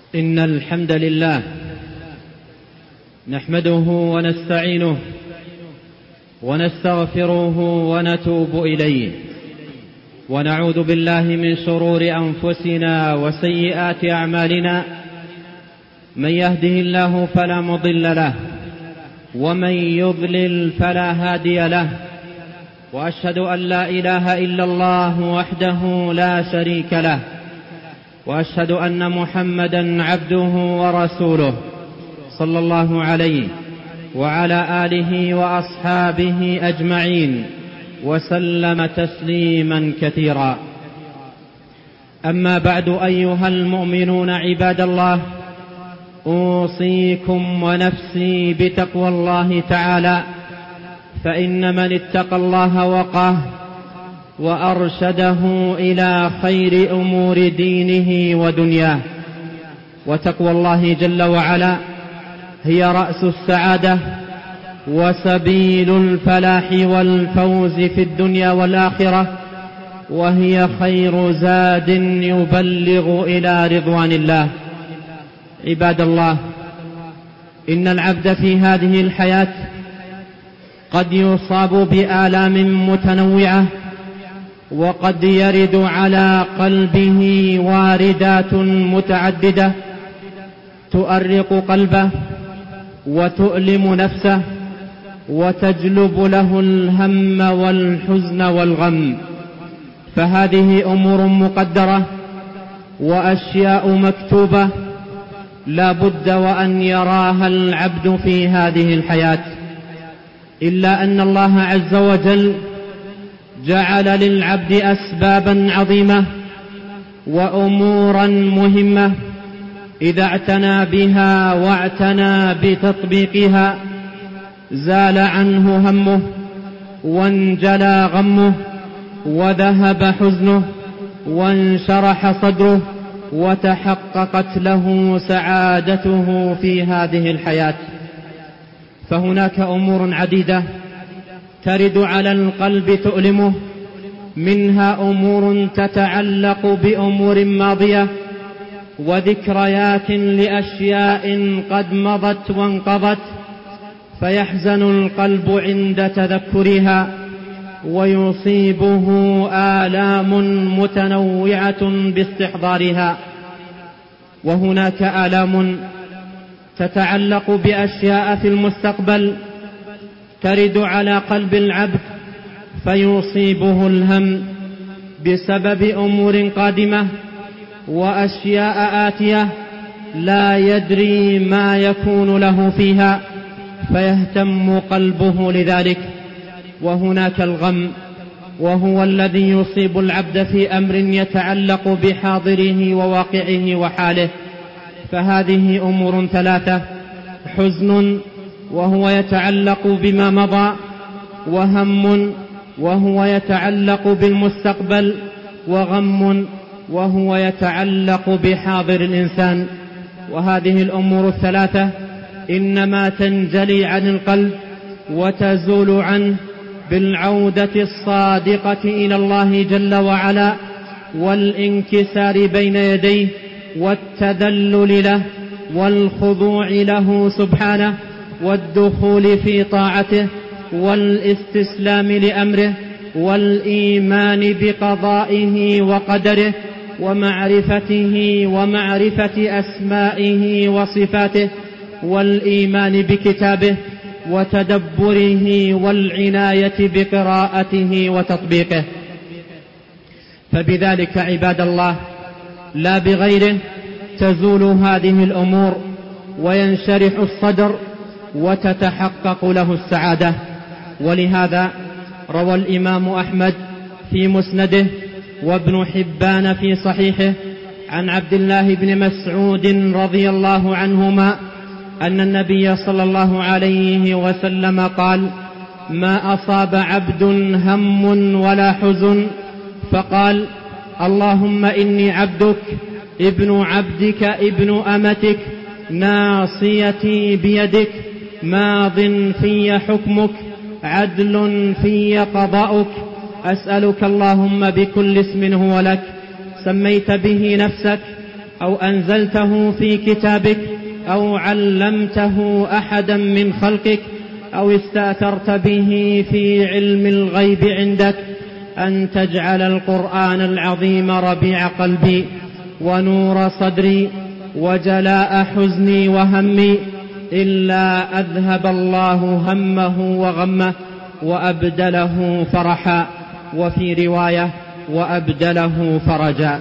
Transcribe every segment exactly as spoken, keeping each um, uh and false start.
إن الحمد لله نحمده ونستعينه ونستغفره ونتوب إليه، ونعوذ بالله من شرور أنفسنا وسيئات أعمالنا. من يهده الله فلا مضل له، ومن يضلل فلا هادي له، وأشهد أن لا إله إلا الله وحده لا شريك له، وأشهد أن محمدا عبده ورسوله صلى الله عليه وعلى آله وأصحابه أجمعين وسلم تسليما كثيرا. أما بعد، أيها المؤمنون عباد الله، أوصيكم ونفسي بتقوى الله تعالى، فإن من اتقى الله وقاه وأرشده إلى خير أمور دينه ودنياه. وتقوى الله جل وعلا هي رأس السعادة وسبيل الفلاح والفوز في الدنيا والآخرة، وهي خير زاد يبلغ إلى رضوان الله. عباد الله، إن العبد في هذه الحياة قد يصاب بآلام متنوعة، وقد يرد على قلبه واردات متعددة تؤرق قلبه وتؤلم نفسه وتجلب له الهم والحزن والغم. فهذه أمور مقدرة وأشياء مكتوبة لا بد وأن يراها العبد في هذه الحياة، إلا أن الله عز وجل جعل للعبد أسبابا عظيمة وأمورا مهمة إذا اعتنى بها واعتنى بتطبيقها زال عنه همه وانجلى غمه وذهب حزنه وانشرح صدره وتحققت له سعادته في هذه الحياة. فهناك أمور عديدة ترد على القلب تؤلمه، منها أمور تتعلق بأمور ماضية وذكريات لأشياء قد مضت وانقضت، فيحزن القلب عند تذكرها ويصيبه آلام متنوعة باستحضارها. وهناك آلام تتعلق بأشياء في المستقبل ترد على قلب العبد فيصيبه الهم بسبب أمور قادمة وأشياء آتية لا يدري ما يكون له فيها، فيهتم قلبه لذلك. وهناك الغم، وهو الذي يصيب العبد في أمر يتعلق بحاضره وواقعه وحاله. فهذه أمور ثلاثة: حزن وهو يتعلق بما مضى، وهم وهو يتعلق بالمستقبل، وغم وهو يتعلق بحاضر الإنسان. وهذه الأمور الثلاثة إنما تنجلي عن القلب وتزول عنه بالعودة الصادقة إلى الله جل وعلا والانكسار بين يديه والتذلل له والخضوع له سبحانه والدخول في طاعته والاستسلام لأمره والإيمان بقضائه وقدره ومعرفته ومعرفة أسمائه وصفاته والإيمان بكتابه وتدبره والعناية بقراءته وتطبيقه. فبذلك عباد الله لا بغيره تزول هذه الأمور وينشرح الصدر وتتحقق له السعادة. ولهذا روى الإمام أحمد في مسنده وابن حبان في صحيحه عن عبد الله بن مسعود رضي الله عنهما أن النبي صلى الله عليه وسلم قال: ما أصاب عبد هم ولا حزن فقال: اللهم إني عبدك ابن عبدك ابن أمتك ناصيتي بيدك ماض في حكمك عدل في قضاؤك أسألك اللهم بكل اسم هو لك سميت به نفسك أو أنزلته في كتابك أو علمته أحدا من خلقك أو استأثرت به في علم الغيب عندك أن تجعل القرآن العظيم ربيع قلبي ونور صدري وجلاء حزني وهمي إلا أذهب الله همه وغمه وأبدله فرحا، وفي رواية وأبدله فرجا.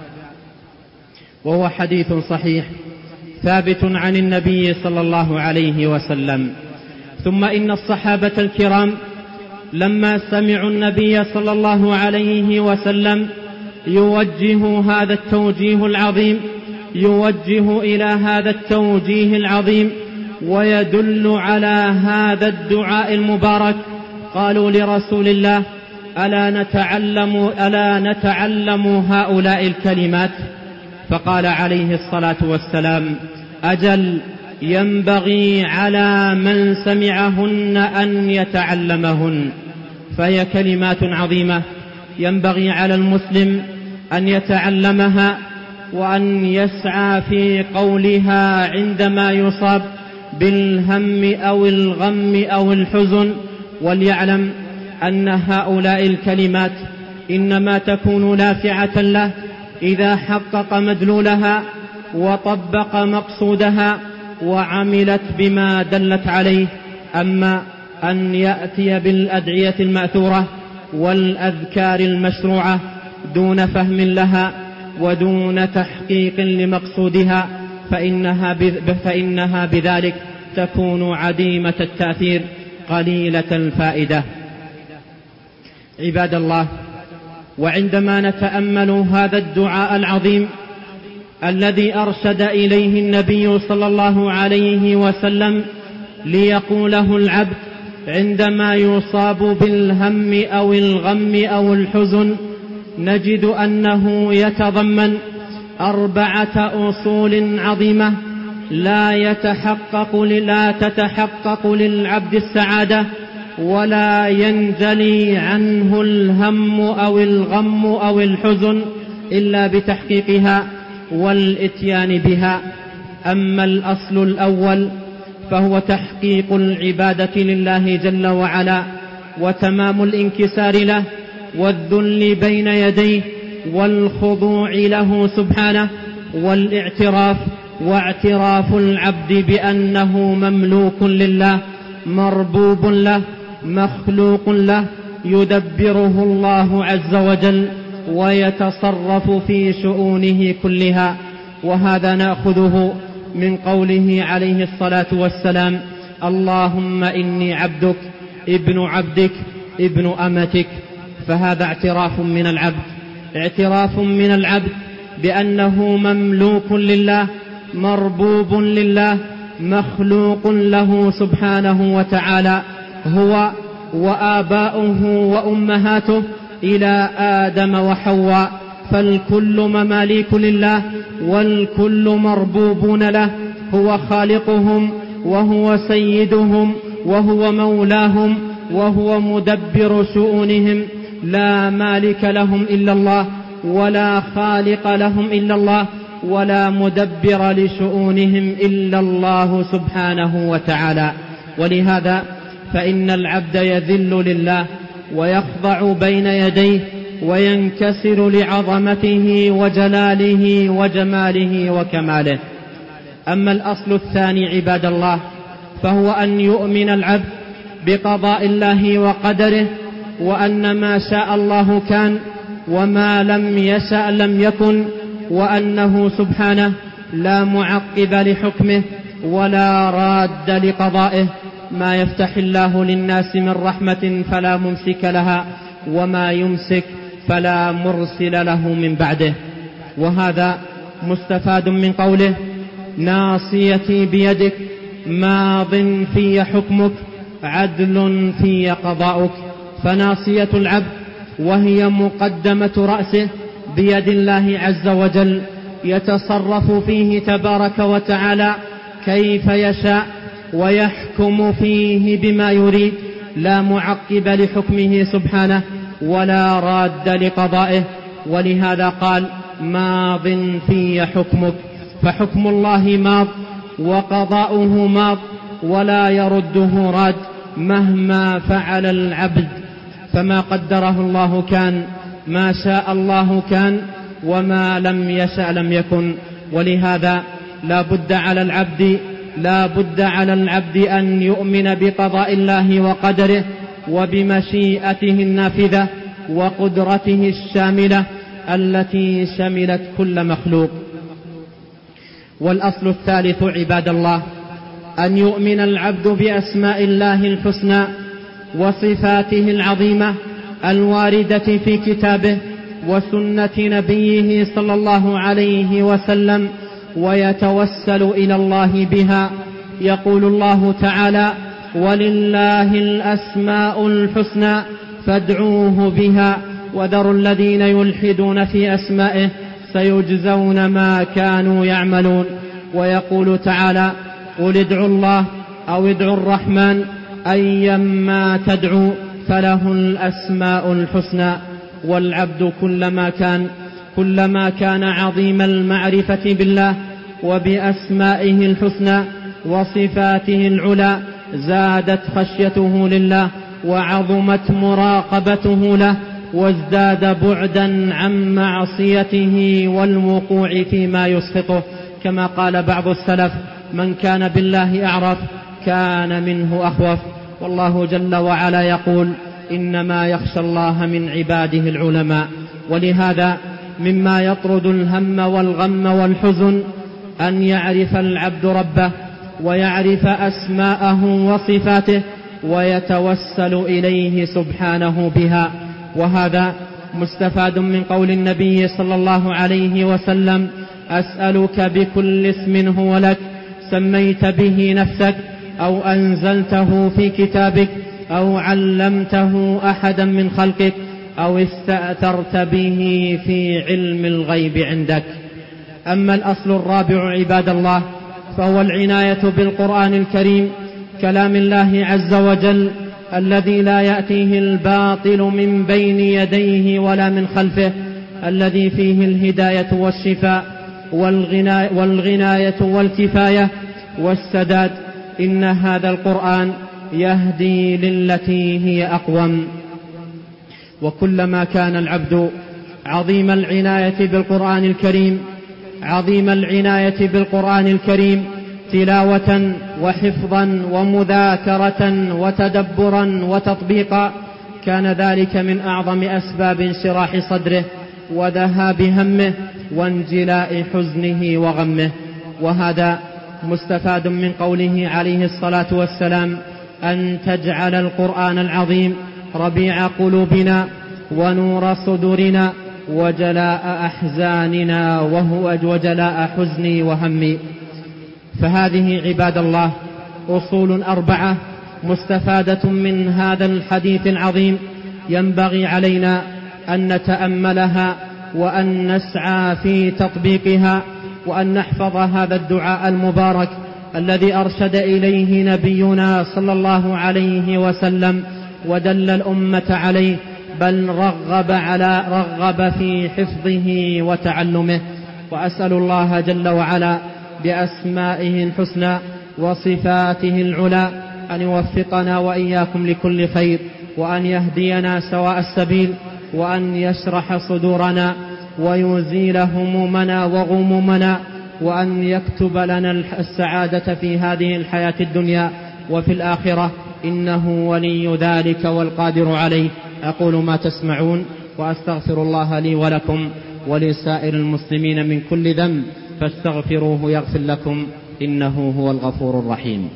وهو حديث صحيح ثابت عن النبي صلى الله عليه وسلم. ثم إن الصحابة الكرام لما سمعوا النبي صلى الله عليه وسلم يوجه هذا التوجيه العظيم يوجه إلى هذا التوجيه العظيم ويدل على هذا الدعاء المبارك، قالوا لرسول الله: ألا نتعلم, ألا نتعلم هؤلاء الكلمات؟ فقال عليه الصلاة والسلام: أجل، ينبغي على من سمعهن أن يتعلمهن. فهي كلمات عظيمة ينبغي على المسلم أن يتعلمها وأن يسعى في قولها عندما يصاب بالهم أو الغم أو الحزن، وليعلم أن هؤلاء الكلمات إنما تكون نافعة له إذا حقق مدلولها وطبق مقصودها وعملت بما دلت عليه. أما أن يأتي بالأدعية المأثورة والأذكار المشروعة دون فهم لها ودون تحقيق لمقصودها فإنها, فإنها بذلك تكون عديمة التأثير قليلة الفائدة. عباد الله، وعندما نتأمل هذا الدعاء العظيم الذي أرشد إليه النبي صلى الله عليه وسلم ليقوله العبد عندما يصاب بالهم أو الغم أو الحزن، نجد أنه يتضمن أربعة أصول عظيمة لا يتحقق لا تتحقق للعبد السعادة ولا ينجلي عنه الهم أو الغم أو الحزن إلا بتحقيقها والإتيان بها. أما الأصل الأول فهو تحقيق العبادة لله جل وعلا وتمام الانكسار له والذل بين يديه والخضوع له سبحانه والاعتراف واعتراف العبد بأنه مملوك لله مربوب له مخلوق له يدبره الله عز وجل ويتصرف في شؤونه كلها. وهذا نأخذه من قوله عليه الصلاة والسلام: اللهم إني عبدك ابن عبدك ابن أمتك. فهذا اعتراف من العبد اعتراف من العبد بأنه مملوك لله مربوب لله مخلوق له سبحانه وتعالى، هو وآباؤه وأمهاته إلى آدم وحواء، فالكل مماليك لله والكل مربوبون له، هو خالقهم وهو سيدهم وهو مولاهم وهو مدبر شؤونهم، لا مالك لهم إلا الله ولا خالق لهم إلا الله ولا مدبر لشؤونهم إلا الله سبحانه وتعالى. ولهذا فإن العبد يذل لله ويخضع بين يديه وينكسر لعظمته وجلاله وجماله وكماله. أما الأصل الثاني عباد الله فهو أن يؤمن العبد بقضاء الله وقدره، وأن ما شاء الله كان وما لم يشأ لم يكن، وأنه سبحانه لا معقب لحكمه ولا راد لقضائه. ما يفتح الله للناس من رحمة فلا ممسك لها وما يمسك فلا مرسل له من بعده. وهذا مستفاد من قوله: ناصيتي بيدك ماض في حكمك عدل في قضاؤك. فناصية العبد وهي مقدمة رأسه بيد الله عز وجل يتصرف فيه تبارك وتعالى كيف يشاء ويحكم فيه بما يريد، لا معقب لحكمه سبحانه ولا راد لقضائه. ولهذا قال: ماض في حكمك، فحكم الله ماض وقضاؤه ماض ولا يرده راد مهما فعل العبد، فما قدره الله كان، ما شاء الله كان، وما لم يشأ لم يكن. ولهذا لا بد على العبد لا بد على العبد أن يؤمن بقضاء الله وقدره وبمشيئته النافذة وقدرته الشاملة التي شملت كل مخلوق. والأصل الثالث عباد الله أن يؤمن العبد بأسماء الله الحسنى وصفاته العظيمة الواردة في كتابه وسنة نبيه صلى الله عليه وسلم، ويتوسل إلى الله بها. يقول الله تعالى: ولله الأسماء الحسنى فادعوه بها وذروا الذين يلحدون في أسمائه سيجزون ما كانوا يعملون. ويقول تعالى: قل ادعوا الله أو ادعوا الرحمن أيما تدعوا فله الأسماء الحسنى. والعبد كلما كان كلما كان عظيم المعرفة بالله وبأسمائه الحسنى وصفاته العلى زادت خشيته لله وعظمت مراقبته له وازداد بعدا عن معصيته والوقوع فيما يسخطه، كما قال بعض السلف: من كان بالله أعرف كان منه أخوف. والله جل وعلا يقول: إنما يخشى الله من عباده العلماء. ولهذا مما يطرد الهم والغم والحزن أن يعرف العبد ربه ويعرف أسماءه وصفاته ويتوسل إليه سبحانه بها. وهذا مستفاد من قول النبي صلى الله عليه وسلم: أسألك بكل اسم هو لك سميت به نفسك أو أنزلته في كتابك أو علمته أحدا من خلقك أو استأثرت به في علم الغيب عندك. أما الأصل الرابع عباد الله فهو العناية بالقرآن الكريم كلام الله عز وجل الذي لا يأتيه الباطل من بين يديه ولا من خلفه، الذي فيه الهداية والشفاء والغناية والكفاية والسداد. إن هذا القرآن يهدي للتي هي أقوم. وكلما كان العبد عظيم العناية بالقرآن الكريم عظيم العناية بالقرآن الكريم تلاوة وحفظا ومذاكرة وتدبرا وتطبيقا، كان ذلك من أعظم أسباب انشراح صدره وذهاب همه وانجلاء حزنه وغمه. وهذا مستفاد من قوله عليه الصلاة والسلام: أن تجعل القرآن العظيم ربيع قلوبنا ونور صدورنا وجلاء أحزاننا وهو وجلاء حزني وهمي. فهذه عباد الله أصول أربعة مستفادة من هذا الحديث العظيم ينبغي علينا أن نتأملها وأن نسعى في تطبيقها وأن نحفظ هذا الدعاء المبارك الذي أرشد إليه نبينا صلى الله عليه وسلم ودل الأمة عليه، بل رغب على رغب في حفظه وتعلمه. وأسأل الله جل وعلا بأسمائه الحسنى وصفاته العلى أن يوفقنا وإياكم لكل خير، وأن يهدينا سواء السبيل، وأن يشرح صدورنا ويزيل همومنا وغمومنا، وأن يكتب لنا السعادة في هذه الحياة الدنيا وفي الآخرة، إنه ولي ذلك والقادر عليه. أقول ما تسمعون وأستغفر الله لي ولكم ولسائر المسلمين من كل ذنب فاستغفروه يغفر لكم إنه هو الغفور الرحيم.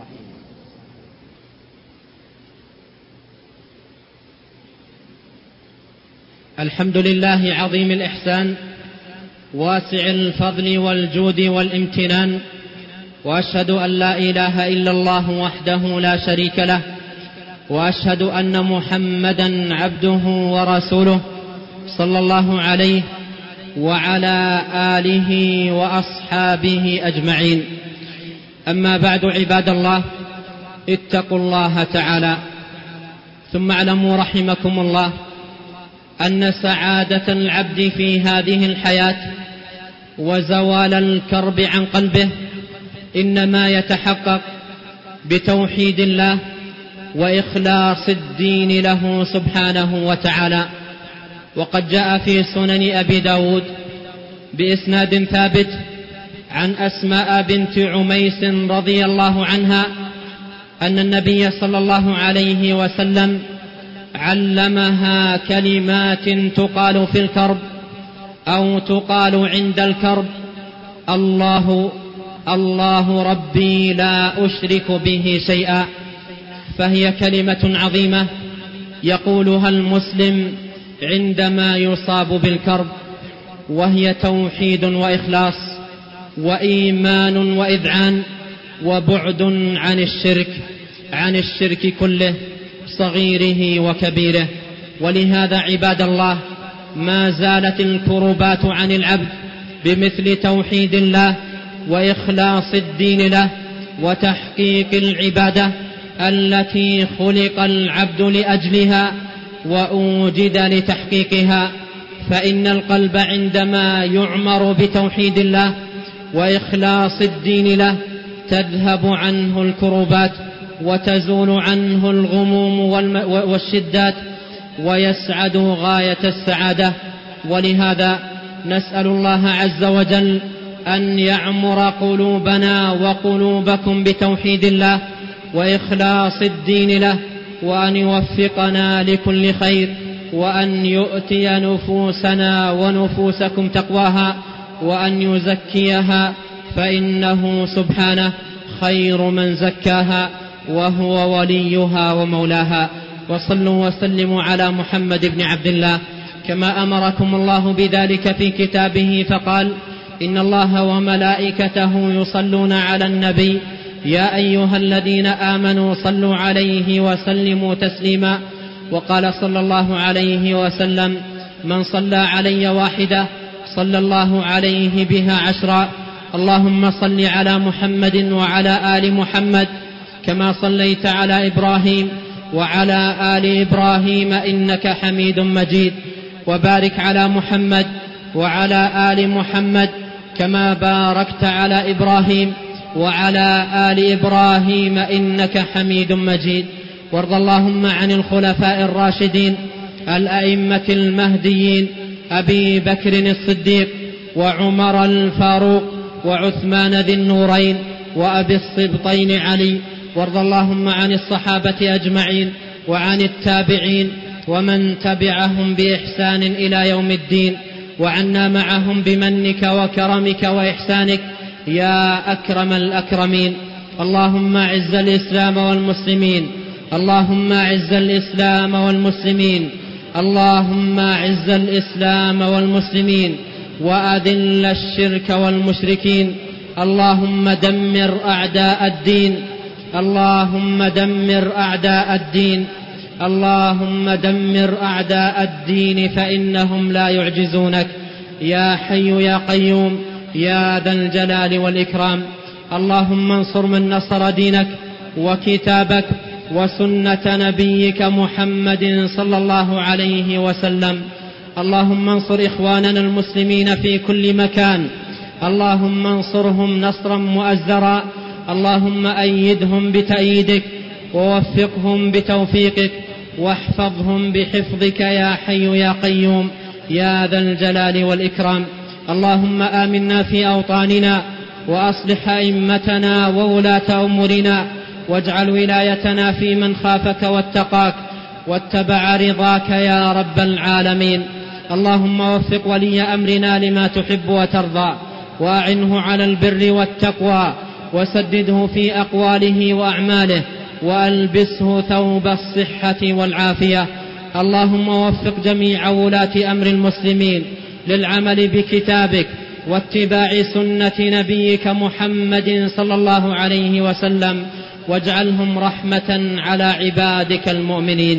الحمد لله عظيم الإحسان واسع الفضل والجود والامتنان، وأشهد أن لا إله إلا الله وحده لا شريك له، وأشهد أن محمدا عبده ورسوله صلى الله عليه وعلى آله وأصحابه أجمعين. أما بعد عباد الله، اتقوا الله تعالى، ثم اعلموا رحمكم الله أن سعادة العبد في هذه الحياة وزوال الكرب عن قلبه إنما يتحقق بتوحيد الله وإخلاص الدين له سبحانه وتعالى. وقد جاء في سنن أبي داود بإسناد ثابت عن أسماء بنت عميس رضي الله عنها أن النبي صلى الله عليه وسلم علمها كلمات تقال في الكرب أو تقال عند الكرب: الله الله ربي لا أشرك به شيئا. فهي كلمة عظيمة يقولها المسلم عندما يصاب بالكرب، وهي توحيد وإخلاص وإيمان وإذعان وبعد عن الشرك عن الشرك كله صغيره وكبيره. ولهذا عباد الله ما زالت الكربات عن العبد بمثل توحيد الله وإخلاص الدين له وتحقيق العبادة التي خلق العبد لأجلها وأوجد لتحقيقها. فإن القلب عندما يعمر بتوحيد الله وإخلاص الدين له تذهب عنه الكربات وتزول عنه الغموم والشدات ويسعد غاية السعادة. ولهذا نسأل الله عز وجل أن يعمر قلوبنا وقلوبكم بتوحيد الله وإخلاص الدين له، وأن يوفقنا لكل خير، وأن يؤتي نفوسنا ونفوسكم تقواها، وأن يزكيها، فإنه سبحانه خير من زكاها وهو وليها ومولاها. وصلوا وسلموا على محمد بن عبد الله كما أمركم الله بذلك في كتابه، فقال: إن الله وملائكته يصلون على النبي يا أيها الذين آمنوا صلوا عليه وسلموا تسليما. وقال صلى الله عليه وسلم: من صلى علي واحدة صلى الله عليه بها عشرا. اللهم صل على محمد وعلى آل محمد كما صليت على إبراهيم وعلى آل إبراهيم إنك حميد مجيد، وبارك على محمد وعلى آل محمد كما باركت على إبراهيم وعلى آل إبراهيم إنك حميد مجيد. وارض اللهم عن الخلفاء الراشدين الأئمة المهديين أبي بكر الصديق وعمر الفاروق وعثمان ذي النورين وأبي الصبطين علي. وارض اللهم عن الصحابة أجمعين وعن التابعين ومن تبعهم بإحسان إلى يوم الدين، وعنا معهم بمنك وكرمك وإحسانك يا أكرم الأكرمين. اللهم أعز الإسلام والمسلمين اللهم أعز الإسلام والمسلمين اللهم أعز الإسلام والمسلمين وأذل الشرك والمشركين. اللهم دمر أعداء الدين اللهم دمر أعداء الدين اللهم دمر أعداء الدين فإنهم لا يعجزونك يا حي يا قيوم يا ذا الجلال والإكرام. اللهم انصر من نصر دينك وكتابك وسنة نبيك محمد صلى الله عليه وسلم. اللهم انصر إخواننا المسلمين في كل مكان، اللهم انصرهم نصرا مؤزرا، اللهم أيدهم بتأييدك ووفقهم بتوفيقك واحفظهم بحفظك يا حي يا قيوم يا ذا الجلال والإكرام. اللهم آمنا في أوطاننا وأصلح أئمتنا وولاة أمورنا، واجعل ولايتنا في من خافك واتقاك واتبع رضاك يا رب العالمين. اللهم وفق ولي أمرنا لما تحب وترضى، وأعنه على البر والتقوى، وسدده في أقواله وأعماله، وألبسه ثوب الصحة والعافية. اللهم وفق جميع ولاة أمر المسلمين للعمل بكتابك واتباع سنة نبيك محمد صلى الله عليه وسلم، واجعلهم رحمة على عبادك المؤمنين.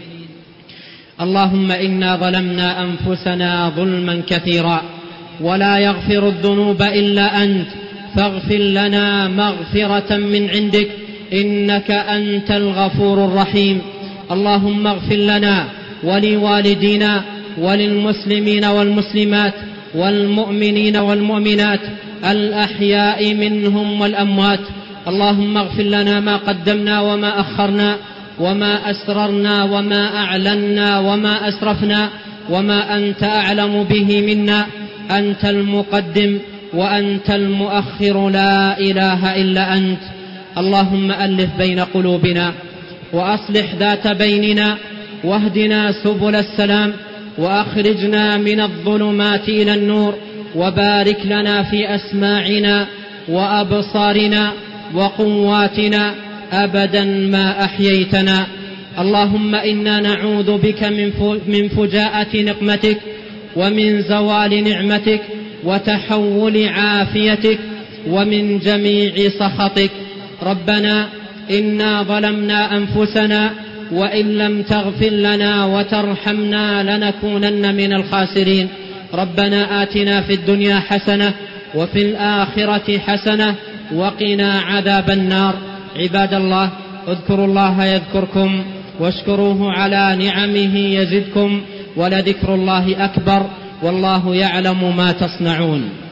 اللهم إنا ظلمنا أنفسنا ظلما كثيرا ولا يغفر الذنوب إلا أنت، فاغفر لنا مغفرة من عندك إنك أنت الغفور الرحيم. اللهم اغفر لنا ولوالدينا وللمسلمين والمسلمات والمؤمنين والمؤمنات الأحياء منهم والأموات. اللهم اغفر لنا ما قدمنا وما أخرنا وما أسررنا وما أعلنا وما أسرفنا وما أنت أعلم به منا. أنت المقدم وأنت المؤخر، لا إله إلا أنت. اللهم ألف بين قلوبنا وأصلح ذات بيننا واهدنا سبل السلام وأخرجنا من الظلمات إلى النور، وبارك لنا في أسماعنا وأبصارنا وقواتنا أبدا ما أحييتنا. اللهم إنا نعوذ بك من فجاءة نقمتك ومن زوال نعمتك وتحول عافيتك ومن جميع سخطك. ربنا إنا ظلمنا أنفسنا وإن لم تغفر لنا وترحمنا لنكونن من الخاسرين. ربنا آتنا في الدنيا حسنة وفي الآخرة حسنة وقنا عذاب النار. عباد الله، اذكروا الله يذكركم واشكروه على نعمه يزدكم، ولذكر الله أكبر، والله يعلم ما تصنعون.